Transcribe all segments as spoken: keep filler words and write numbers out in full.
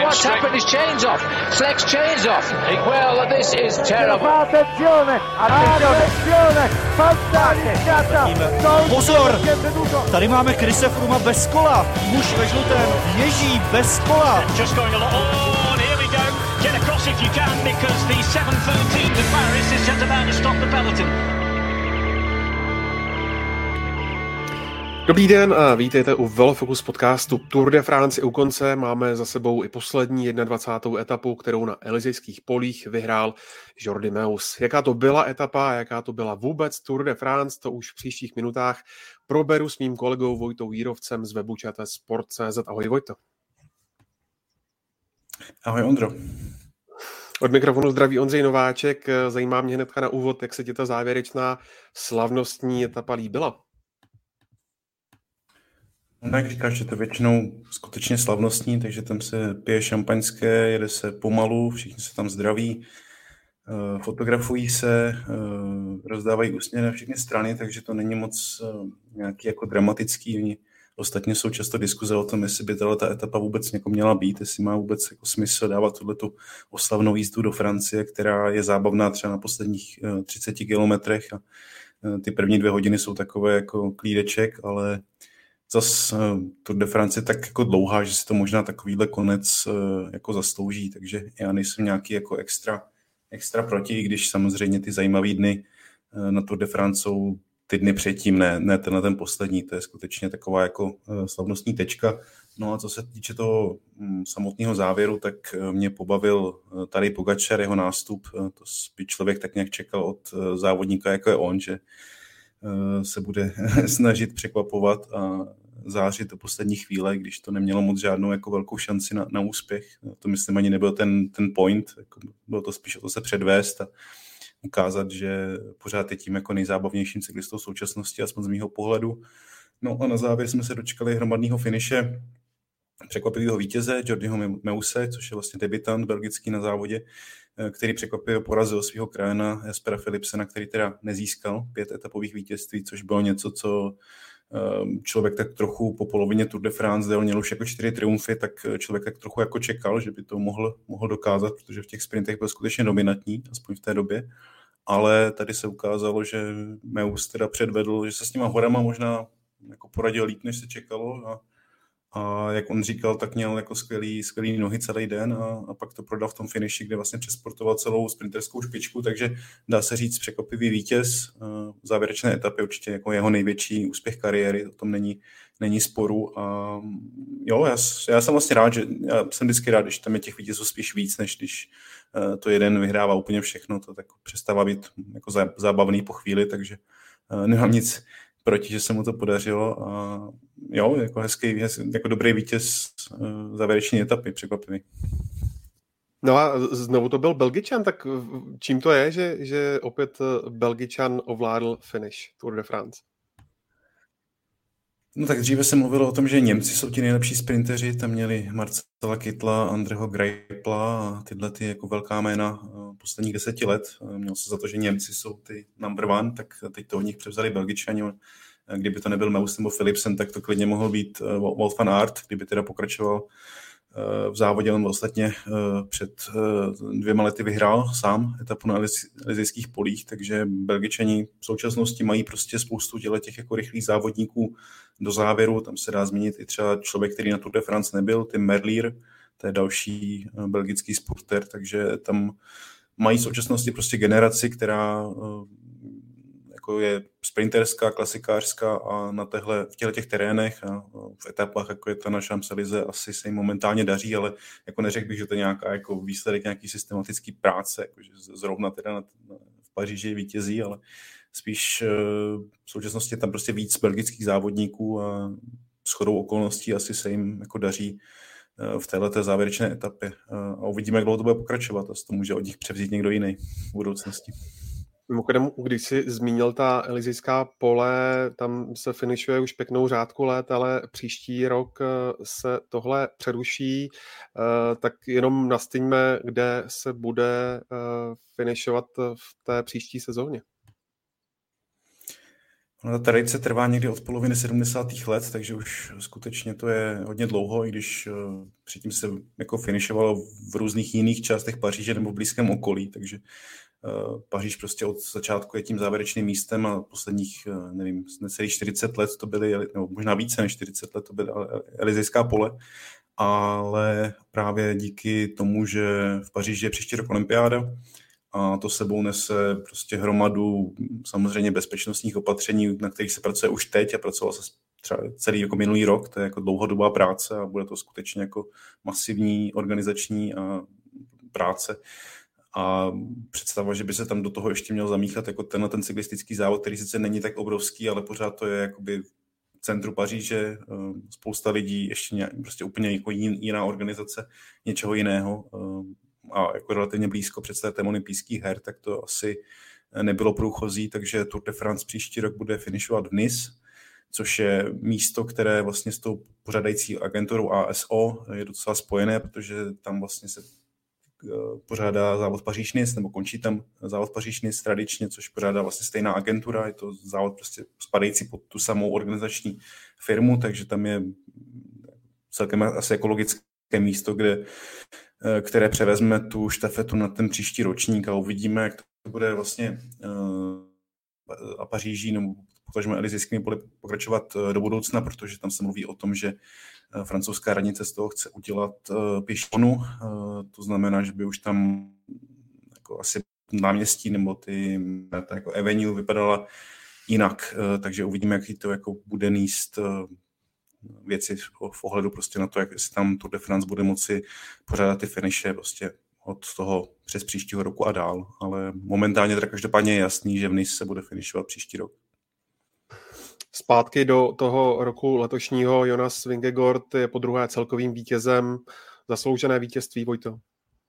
what's happened? His chain's off. Fleck's chain's off. Well, this is terrible. Attenzione, attenzione, Pozor, tady máme Chrise Frooma bez kola. Muž ve žlutém ježí bez kola. Just going along. Oh, and here we go. Get across if you can, because the seven thirteen to Paris is just about to stop the peloton. Dobrý den a vítejte u Velofocus podcastu. Tour de France je u konce, máme za sebou i poslední dvacátou první etapu, kterou na Elysejských polích vyhrál Jordi Meeus. Jaká to byla etapa a jaká to byla vůbec Tour de France, to už v příštích minutách proberu s mým kolegou Vojtou Jírovcem z webu sport tečka cé zet. Ahoj Vojto. Ahoj Ondro. Od mikrofonu zdraví Ondřej Nováček. Zajímá mě hnedka na úvod, jak se ti ta závěrečná slavnostní etapa líbila. No, jak říkáš, že to většinou skutečně slavnostní, takže tam se pije šampaňské, jede se pomalu, všichni se tam zdraví, fotografují se, rozdávají úsměv na všechny strany, takže to není moc nějaký jako dramatický. Oni ostatně jsou často diskuze o tom, jestli by ta etapa vůbec někomu měla být, jestli má vůbec jako smysl dávat tuhletu oslavnou jízdu do Francie, která je zábavná třeba na posledních třiceti kilometrech a ty první dvě hodiny jsou takové jako klídeček, ale zas Tour de France je tak jako dlouhá, že si to možná takovýhle konec jako zaslouží, takže já nejsem nějaký jako extra, extra proti, když samozřejmě ty zajímavý dny na Tour de France jsou ty dny předtím, ne, ne tenhle ten poslední, to je skutečně taková jako slavnostní tečka. No a co se týče toho samotného závěru, tak mě pobavil tady Pogačar, jeho nástup, to by člověk tak nějak čekal od závodníka, jako je on, že se bude snažit překvapovat a zářit do poslední chvíle, když to nemělo moc žádnou jako velkou šanci na, na úspěch. To myslím ani nebyl ten, ten point, jako bylo to spíš o to se předvést a ukázat, že pořád je tím jako nejzábavnějším cyklistou současnosti, aspoň z mýho pohledu. No a na závěr jsme se dočkali hromadného finiše překvapivého vítěze Jordiho Meeuse, což je vlastně debutant belgický na závodě, který překvapivě porazil svého krajana Jespera Philipsena, který teda nezískal pět etapových vítězství, což bylo něco, co člověk tak trochu po polovině Tour de France, kde on měl už jako čtyři triumfy, tak člověk tak trochu jako čekal, že by to mohl, mohl dokázat, protože v těch sprintech byl skutečně dominantní, aspoň v té době. Ale tady se ukázalo, že Meeus teda předvedl, že se s těma horama možná jako poradil líp, než se čekalo a A jak on říkal, tak měl jako skvělý, skvělý nohy celý den a, a pak to prodal v tom finiši, kde vlastně přesportoval celou sprinterskou špičku, takže dá se říct překvapivý vítěz. V závěrečné etapě určitě jako jeho největší úspěch kariéry, o tom není, není sporu. A jo, já, já jsem vlastně rád, že já jsem vždycky rád, když tam je těch vítězů spíš víc, než když to jeden vyhrává úplně všechno, to tak přestává být jako zábavný po chvíli, takže nemám nic proti, že se mu to podařilo a jo, jako hezký, hezký jako dobrý vítěz závěreční etapy, překvapivý. No a znovu to byl Belgičan, tak čím to je, že, že opět Belgičan ovládl finish Tour de France? No tak dříve se mluvilo o tom, že Němci jsou ti nejlepší sprinteři, tam měli Marcela Kittla, Andreho Greipla a tyhle ty jako velká jména posledních deseti let. Měl se za to, že Němci jsou ty number one, tak teď to od nich převzali Belgičani. Kdyby to nebyl Meeus nebo Philipsen, tak to klidně mohl být Wout van Aert, kdyby teda pokračoval v závodě. On ostatně před dvěma lety vyhrál sám etapu na Elysejských polích, takže Belgičani v současnosti mají prostě spoustu těch jako rychlých závodníků do závěru. Tam se dá zmínit i třeba člověk, který na Tour de France nebyl, Tim Merlier, to je další belgický sporter, takže tam mají v současnosti prostě generaci, která jako je sprinterská, klasikářská a na téhle, v těchto těch terénech a v etapách, jako je ta na Champs-Élysées, asi se jim momentálně daří, ale jako neřekl bych, že to je nějaká jako výsledek nějaký systematický práce, jakože zrovna teda na, na, v Paříži vítězí, ale spíš v současnosti je tam prostě víc belgických závodníků a shodou okolností asi se jim jako daří v téhleté závěrečné etapě. A uvidíme, jak dlouho to bude pokračovat a to může od nich převzít někdo jiný v budoucnosti. Mimochodem, když jsi zmínil ta Elysejská pole, tam se finišuje už pěknou řádku let, ale příští rok se tohle přeruší, tak jenom nastyňme, kde se bude finišovat v té příští sezóně. Ta tradice trvá někdy od poloviny sedmdesátých let, takže už skutečně to je hodně dlouho, i když uh, předtím se jako finišovalo v různých jiných částech Paříže nebo v blízkém okolí, takže uh, Paříž prostě od začátku je tím závěrečným místem a posledních, uh, nevím, necelých čtyřicet let to byly, nebo možná více než čtyřicet let to byly Elysejská pole, ale právě díky tomu, že v Paříži je příští rok olympiáda, a to sebou nese prostě hromadu samozřejmě bezpečnostních opatření, na kterých se pracuje už teď a pracoval se třeba celý jako minulý rok, to je jako dlouhodobá práce a bude to skutečně jako masivní organizační a práce. A představa, že by se tam do toho ještě měl zamíchat jako tenhle ten cyklistický závod, který sice není tak obrovský, ale pořád to je jakoby v centru Paříže, spousta lidí, ještě nějak, prostě úplně jako jiná organizace, něčeho jiného, a jako relativně blízko představitel olympijských her, tak to asi nebylo průchozí, takže Tour de France příští rok bude finišovat v Nice, což je místo, které vlastně s tou pořádající agenturou A S O je docela spojené, protože tam vlastně se pořádá závod Paříž-Nice, nebo končí tam závod Paříž-Nice tradičně, což pořádá vlastně stejná agentura, je to závod prostě spadající pod tu samou organizační firmu, takže tam je celkem asi ekologické místo, kde které převezme tu štafetu na ten příští ročník a uvidíme, jak to bude vlastně a Paříží nebo potažmo Elysejskými poli pokračovat do budoucna, protože tam se mluví o tom, že francouzská radnice z toho chce udělat pěšonu, to znamená, že by už tam jako asi náměstí nebo ty jako avenue vypadala jinak, takže uvidíme, jaký to jako bude níst věci v ohledu prostě na to, jak si tam Tour de France bude moci pořádat ty finiše prostě od toho přes příštího roku a dál, ale momentálně teda každopádně je jasný, že v Nice se bude finišovat příští rok. Zpátky do toho roku letošního Jonas Vingegaard je podruhé celkovým vítězem. Zasloužené vítězství, Vojto?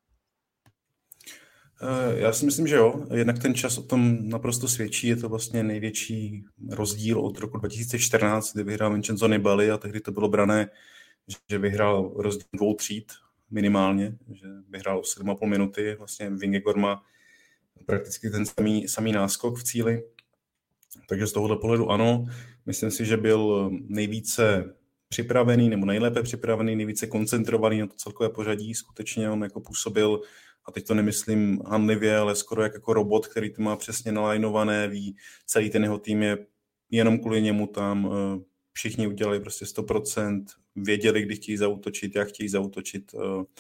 Já si myslím, že jo. Jednak ten čas o tom naprosto svědčí. Je to vlastně největší rozdíl od roku dva tisíce čtrnáct, kdy vyhrál Vincenzo Nibali a tehdy to bylo brané, že vyhrál rozdíl dvou tříd minimálně, že vyhrál sedm a půl minuty. Vlastně Vingegaard má prakticky ten samý, samý náskok v cíli. Takže z tohohle pohledu ano. Myslím si, že byl nejvíce připravený nebo nejlépe připravený, nejvíce koncentrovaný na to celkové pořadí. Skutečně on jako působil, a teď to nemyslím hanlivě, ale skoro jak jako robot, který to má přesně nalajnované, ví, celý ten jeho tým je jenom kvůli němu tam, všichni udělali prostě sto procent, věděli, kdy chtějí zaútočit, jak chtějí zaútočit.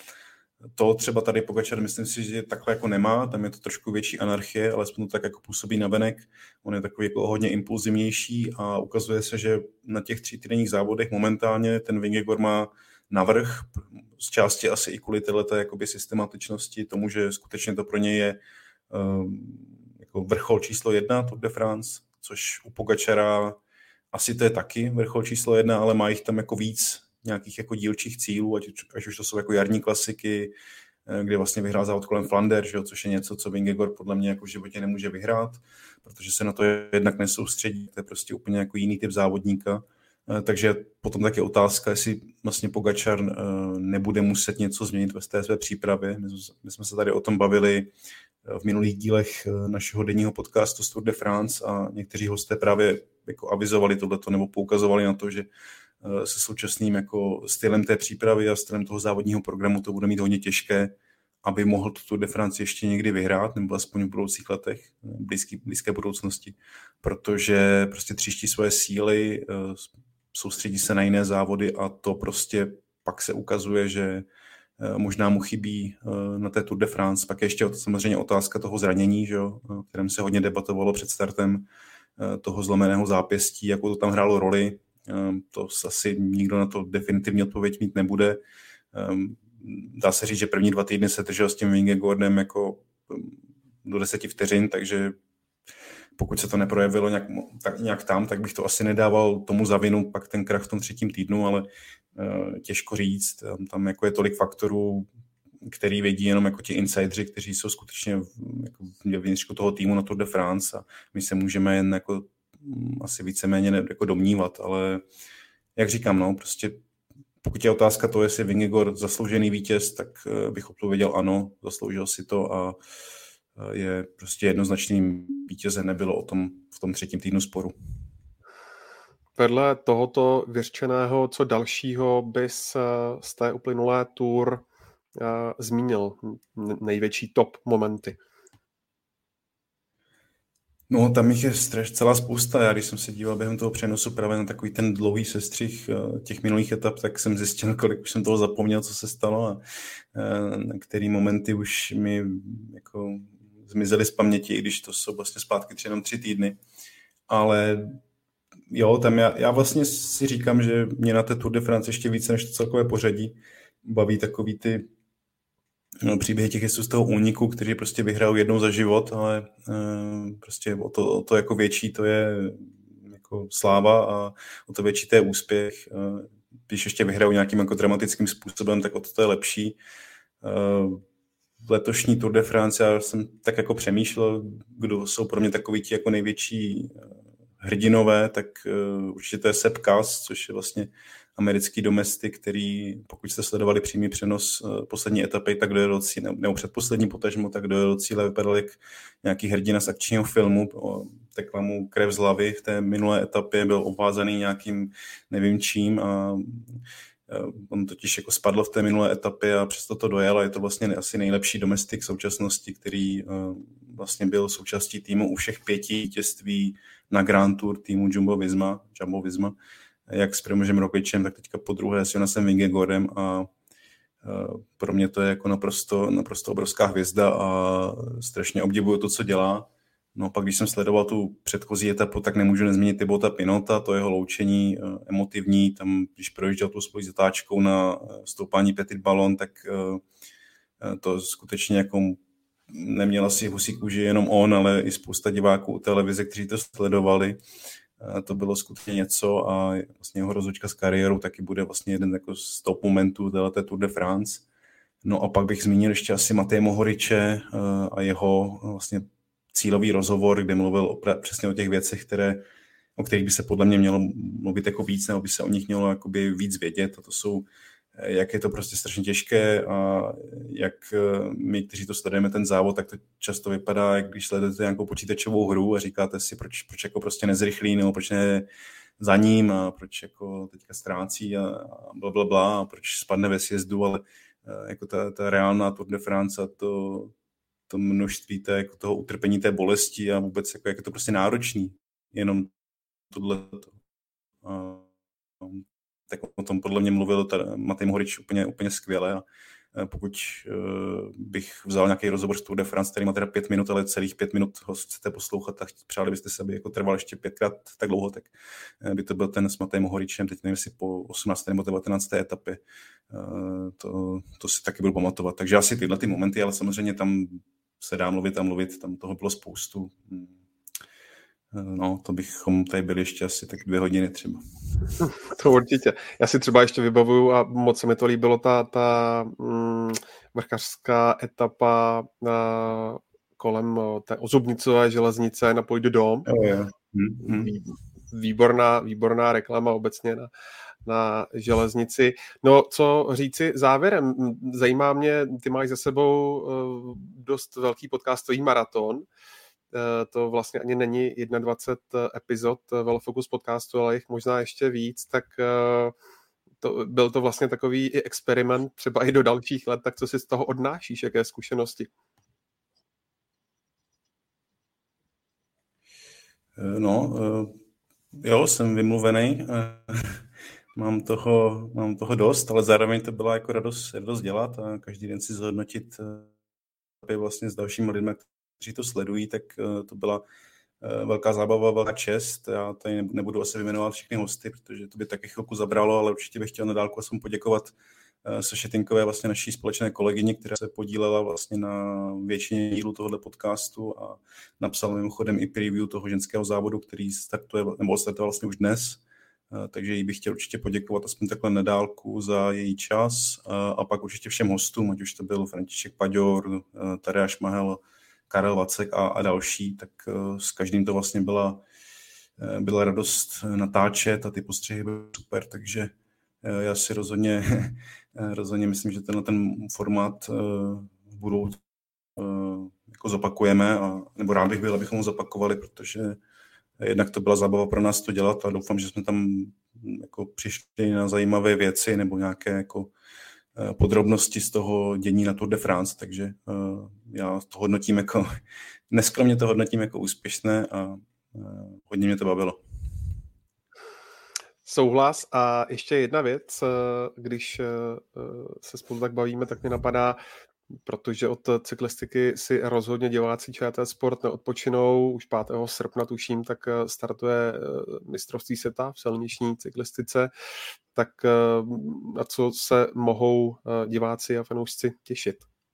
To třeba tady Pogačar, myslím si, že takhle jako nemá, tam je to trošku větší anarchie, ale to tak jako působí navenek. On je takový jako hodně impulzivnější a ukazuje se, že na těch tří týdenních závodech momentálně ten Vingegaard má navrch, z části asi i kvůli této jakoby systematičnosti, tomu, že skutečně to pro něj je um, jako vrchol číslo jedna Tour de France, což u Pogačara asi to je taky vrchol číslo jedna, ale má jich tam jako víc nějakých jako dílčích cílů, ať, ať už to jsou jako jarní klasiky, kde vlastně vyhrál závod kolem Flander, že jo, což je něco, co Vingegaard podle mě jako v životě nemůže vyhrát, protože se na to jednak nesoustředí, to je prostě úplně jako jiný typ závodníka. Takže potom taky otázka, jestli vlastně Pogačar nebude muset něco změnit ve té své přípravě. My jsme se tady o tom bavili v minulých dílech našeho denního podcastu Tour de France a někteří hosté právě jako avizovali tohleto nebo poukazovali na to, že se současným jako stylem té přípravy a stylem toho závodního programu to bude mít hodně těžké, aby mohl tu Tour de France ještě někdy vyhrát, nebo aspoň v budoucích letech, blízký, blízké budoucnosti, protože prostě tříští svoje síly, soustředí se na jiné závody a to prostě pak se ukazuje, že možná mu chybí na té Tour de France. Pak je ještě samozřejmě otázka toho zranění, že jo, o kterém se hodně debatovalo před startem toho zlomeného zápěstí, jakou to tam hrálo roli. To asi nikdo na to definitivní odpověď mít nebude. Dá se říct, že první dva týdny se držel s tím Vingegaardem jako do deseti vteřin, takže pokud se to neprojevilo nějak, tak, nějak tam, tak bych to asi nedával tomu za vinu pak ten krach v tom třetím týdnu, ale uh, těžko říct. Tam, tam jako je tolik faktorů, který vědí jenom jako ti insidři, kteří jsou skutečně v, jako v vnitřku toho týmu na Tour de France a my se můžeme jen jako asi víceméně ne, jako domnívat, ale jak říkám, no, prostě pokud je otázka to, jestli Vingegaard zasloužený vítěz, tak uh, bych odpověděl ano, zasloužil si to a je prostě jednoznačným vítězem, nebylo o tom v tom třetím týdnu sporu. vedle tohoto vyřčeného, co dalšího bys z té uplynulé tour uh, zmínil? Největší top momenty. No, tam jich je straš, celá spousta. Já když jsem se díval během toho přenosu právě na takový ten dlouhý sestřih těch minulých etap, tak jsem zjistil, kolik už jsem toho zapomněl, co se stalo a na který momenty už mi jako zmizely z paměti, i když to jsou vlastně zpátky tři, jenom tři týdny. Ale jo, tam já, já vlastně si říkám, že mě na té Tour de France ještě více než to celkové pořadí baví takový ty no, příběhy těch jezdců z toho úniku, kteří prostě vyhrajou jednou za život, ale e, prostě o to, o to jako větší to je jako sláva a o to větší to je úspěch. E, když ještě vyhrajou nějakým jako dramatickým způsobem, tak o to, to je lepší. E, letošní Tour de France, já jsem tak jako přemýšlel, kdo jsou pro mě takový ti jako největší hrdinové, tak uh, určitě to je Sepp Kuss, což je vlastně americký domestik, který, pokud jste sledovali přímý přenos uh, poslední etapy, tak dojel do cíle, nebo předposlední potažmo, tak dojel do cíle, vypadal jak nějaký hrdina z akčního filmu, tekla mu krev z hlavy, v té minulé etapě byl obvázaný nějakým nevím čím a uh, on totiž jako spadl v té minulé etapě a přesto to dojel a je to vlastně asi nejlepší domestik současnosti, který uh, vlastně byl součástí týmu u všech pěti vítězství na Grand Tour týmu Jumbo Visma, Jumbo Visma, jak s Primožem Rogličem, tak teďka po druhé s Jonasem Vingegaardem a uh, pro mě to je jako naprosto, naprosto obrovská hvězda a strašně obdivuju to, co dělá. No pak, když jsem sledoval tu předchozí etapu, tak nemůžu nezmínit Thibauta Pinota, to jeho loučení uh, emotivní, tam když projížděl tu svojí zatáčkou na stoupání Petit Ballon, tak uh, to skutečně jako neměl asi husí kůži jenom on, ale i spousta diváků u televize, kteří to sledovali. To bylo skutečně něco a vlastně jeho rozlučka s kariérou taky bude vlastně jeden jako z top momentů této Tour de France. No a pak bych zmínil ještě asi Mateje Mohoriče a jeho vlastně cílový rozhovor, kde mluvil opra- přesně o těch věcech, které, o kterých by se podle mě mělo mluvit jako víc, nebo by se o nich mělo jakoby víc vědět. A to jsou jak je to prostě strašně těžké a jak my, kteří to sledujeme ten závod, tak to často vypadá, jak když sledujete nějakou počítačovou hru a říkáte si, proč, proč jako prostě nezrychlí, nebo proč ne za ním a proč jako teďka ztrácí a, a blablabla a proč spadne ve sjezdu, ale jako ta, ta reálná Tour de France a to, to množství té, jako toho utrpení té bolesti a vůbec jako, jak je to prostě náročný, jenom tohleto. A, tak o tom podle mě mluvil Matej Mohorič úplně, úplně skvěle a pokud uh, bych vzal nějaký rozhovor z Tour de France, který má teda pět minut, ale celých pět minut ho chcete poslouchat a přáli byste se, aby jako trval ještě pětkrát tak dlouho, tak by to byl ten s Matejem Mohoričem, teď nevím, jestli po osmnácté nebo devatenácté etapě, uh, to, to si taky budu pamatovat. Takže asi tyhle ty momenty, ale samozřejmě tam se dá mluvit a mluvit, tam toho bylo spoustu. No, to bychom tady byli ještě asi tak dvě hodiny třeba. To určitě. Já si třeba ještě vybavuju a moc se mi to líbilo, ta, ta mm, vrchařská etapa na, kolem té Ozubnicové železnice na Puy de Dôme. Oh, yeah. mm-hmm. Vý, výborná, výborná reklama obecně na, na železnici. No, co říci závěrem? Zajímá mě, ty máš za sebou uh, dost velký podcastový maraton. To vlastně ani není dvacet jedna epizod Velofocus podcastu, ale jich možná ještě víc, tak to, byl to vlastně takový i experiment třeba i do dalších let, tak co si z toho odnášíš, jaké zkušenosti? No, jo, jsem vymluvený, mám toho, mám toho dost, ale zároveň to byla jako radost, radost dělat a každý den si zhodnotit vlastně s dalšími lidmi, kteří to sledují, tak to byla velká zábava, velká čest. Já tady nebudu asi vyjmenovat všechny hosty, protože to by taky chvilku zabralo, ale určitě bych chtěl na dálku aspoň poděkovat Saše Tinkové, vlastně naší společné kolegyni, která se podílela vlastně na většině dílů tohoto podcastu a napsala mimochodem i preview toho ženského závodu, který startuje, nebo startuje vlastně už dnes. Takže jí bych chtěl určitě poděkovat aspoň takhle na dálku za její čas a pak určitě všem hostům, ať už to byl František Paďor, Tadeáš Mahel, Karel Vacek a, a další, tak uh, s každým to vlastně byla, uh, byla radost natáčet a ty postřehy byly super, takže uh, já si rozhodně, uh, rozhodně myslím, že tenhle ten formát uh, v budoucnu uh, jako zopakujeme, a, nebo rád bych byl, abychom ho zopakovali, protože jednak to byla zábava pro nás to dělat a doufám, že jsme tam jako přišli na zajímavé věci nebo nějaké jako podrobnosti z toho dění na Tour de France, takže já to hodnotím jako, neskromně to hodnotím jako úspěšné a hodně mě to bavilo. Souhlas. A ještě jedna věc, když se spolu tak bavíme, tak mi napadá, protože od cyklistiky si rozhodně diváci ČT Sport neodpočinou. Už pátého srpna, tuším, tak startuje mistrovství světa v silniční cyklistice. Tak na co se mohou diváci a fanoušci těšit?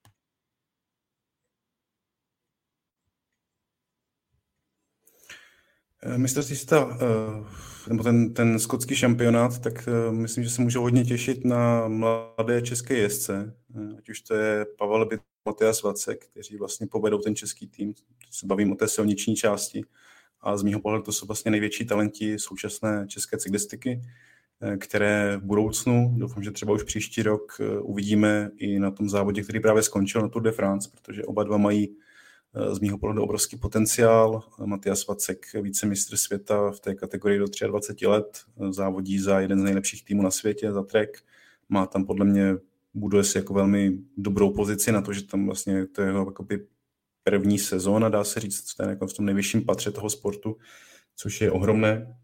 Mistrovství světa, nebo ten, ten skotský šampionát, tak myslím, že se můžou hodně těšit na mladé české jezdce, ať už to je Pavel Bit, Matyáš Vacek, kteří vlastně povedou ten český tým. Teď se bavím o té silniční části a z mýho pohledu to jsou vlastně největší talenti současné české cyklistiky, které v budoucnu, doufám, že třeba už příští rok uvidíme i na tom závodě, který právě skončil na Tour de France, protože oba dva mají z mýho pohledu obrovský potenciál. Matyáš Vacek, vicemistr světa v té kategorii do dvacet tři let, závodí za jeden z nejlepších týmů na světě, za Trek. Má tam podle mě, buduje si jako velmi dobrou pozici na to, že tam vlastně to je jeho jakoby první sezóna, dá se říct, v, té, jako v tom nejvyšším patře toho sportu, což je ohromné.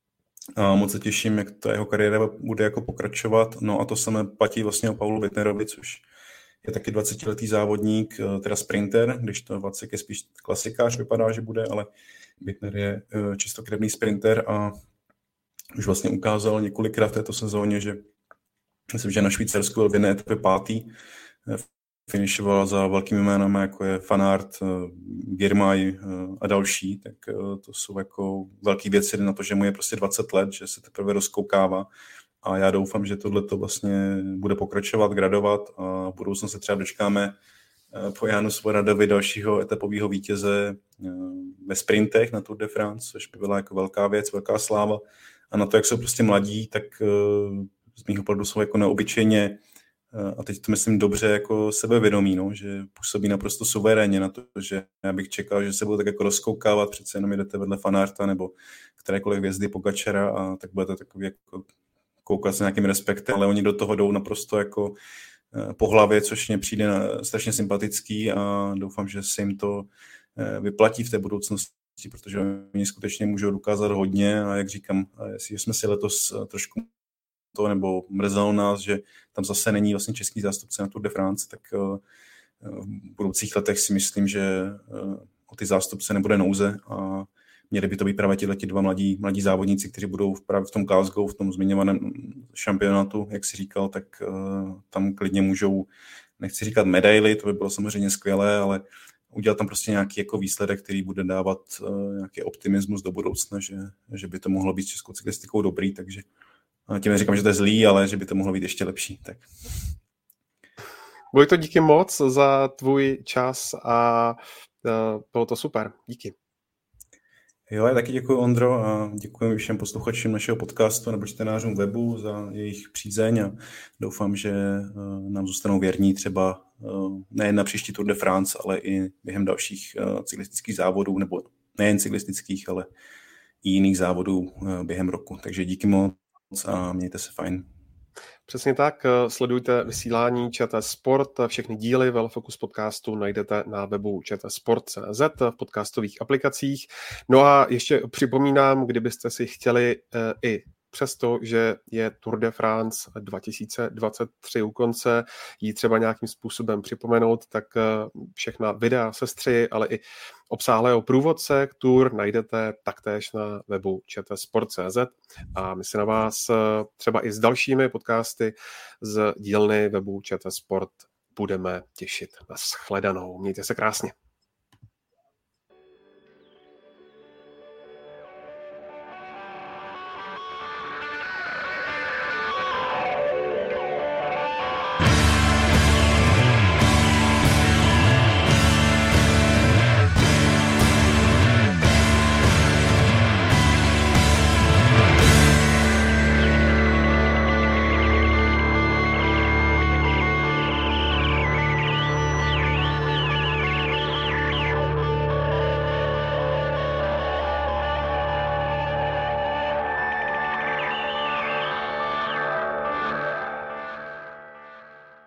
A moc se těším, jak ta jeho kariéra bude jako pokračovat. No a to samé platí vlastně o Pavlu Bittnerovi, což je taky dvacetiletý závodník, teda sprinter, když to Vacek je spíš klasikář, vypadá, že bude, ale Bittner je čistokrevný sprinter a už vlastně ukázal několikrát v této sezóně, že myslím, že na Švýcarsku byl v jedné etapě pátý, finišoval za velkými jménami, jako je Van Aert, Girmay a další, tak to jsou jako velké věci na to, že mu je prostě dvacet let, že se teprve rozkoukává. A já doufám, že tohle to vlastně bude pokračovat, gradovat a v budoucnu se třeba dočkáme po Jánu Svobodadovi dalšího etapového vítěze ve sprintech na Tour de France, což by byla jako velká věc, velká sláva. A na to, jak jsou prostě mladí, tak z mýho pohledu jsou jako neobyčejně, a teď to myslím dobře, jako sebevědomí, no, že působí naprosto suverénně na to, že já bych čekal, že se budou tak jako rozkoukávat, přece jenom jdete vedle Van Aerta nebo kterékoliv hvězdy Pogačara a tak budete takový jako koukat s nějakým respektem, ale oni do toho jdou naprosto jako po hlavě, což mě přijde strašně sympatický a doufám, že se jim to vyplatí v té budoucnosti, protože oni skutečně můžou dokázat hodně a jak říkám, jestli jsme si letos trošku to nebo mrzelo nás, že tam zase není vlastně český zástupce na Tour de France, tak v budoucích letech si myslím, že o ty zástupce nebude nouze a měli by to být právě ti dva mladí, mladí závodníci, kteří budou právě v tom Glasgow, v tom zmiňovaném šampionátu, jak si říkal, tak uh, tam klidně můžou, nechci říkat medaily, to by bylo samozřejmě skvělé, ale udělat tam prostě nějaký jako výsledek, který bude dávat uh, nějaký optimismus do budoucna, že, že by to mohlo být s českou cyklistikou dobrý, takže uh, tím neříkám, že to je zlý, ale že by to mohlo být ještě lepší. Tak. Vojto, díky moc za tvůj čas a uh, bylo to super. Díky. Jo, já taky děkuji, Ondro, a děkuji všem posluchačům našeho podcastu nebo čtenářům webu za jejich přízeň a doufám, že nám zůstanou věrní třeba nejen na příští Tour de France, ale i během dalších cyklistických závodů, nebo nejen cyklistických, ale i jiných závodů během roku. Takže díky moc a mějte se fajn. Přesně tak, sledujte vysílání ČT Sport, všechny díly Velofocus podcastu najdete na webu čtsport tečka cz v podcastových aplikacích. No a ještě připomínám, kdybyste si chtěli i přesto, že je Tour de France dva tisíce dvacet tři u konce, jí třeba nějakým způsobem připomenout, tak všechna videa, sestři, ale i obsáhlého průvodce k Tour najdete taktéž na webu čtsport tečka cz a my se na vás třeba i s dalšími podcasty z dílny webu ČT Sport budeme těšit. Nashledanou. Mějte se krásně.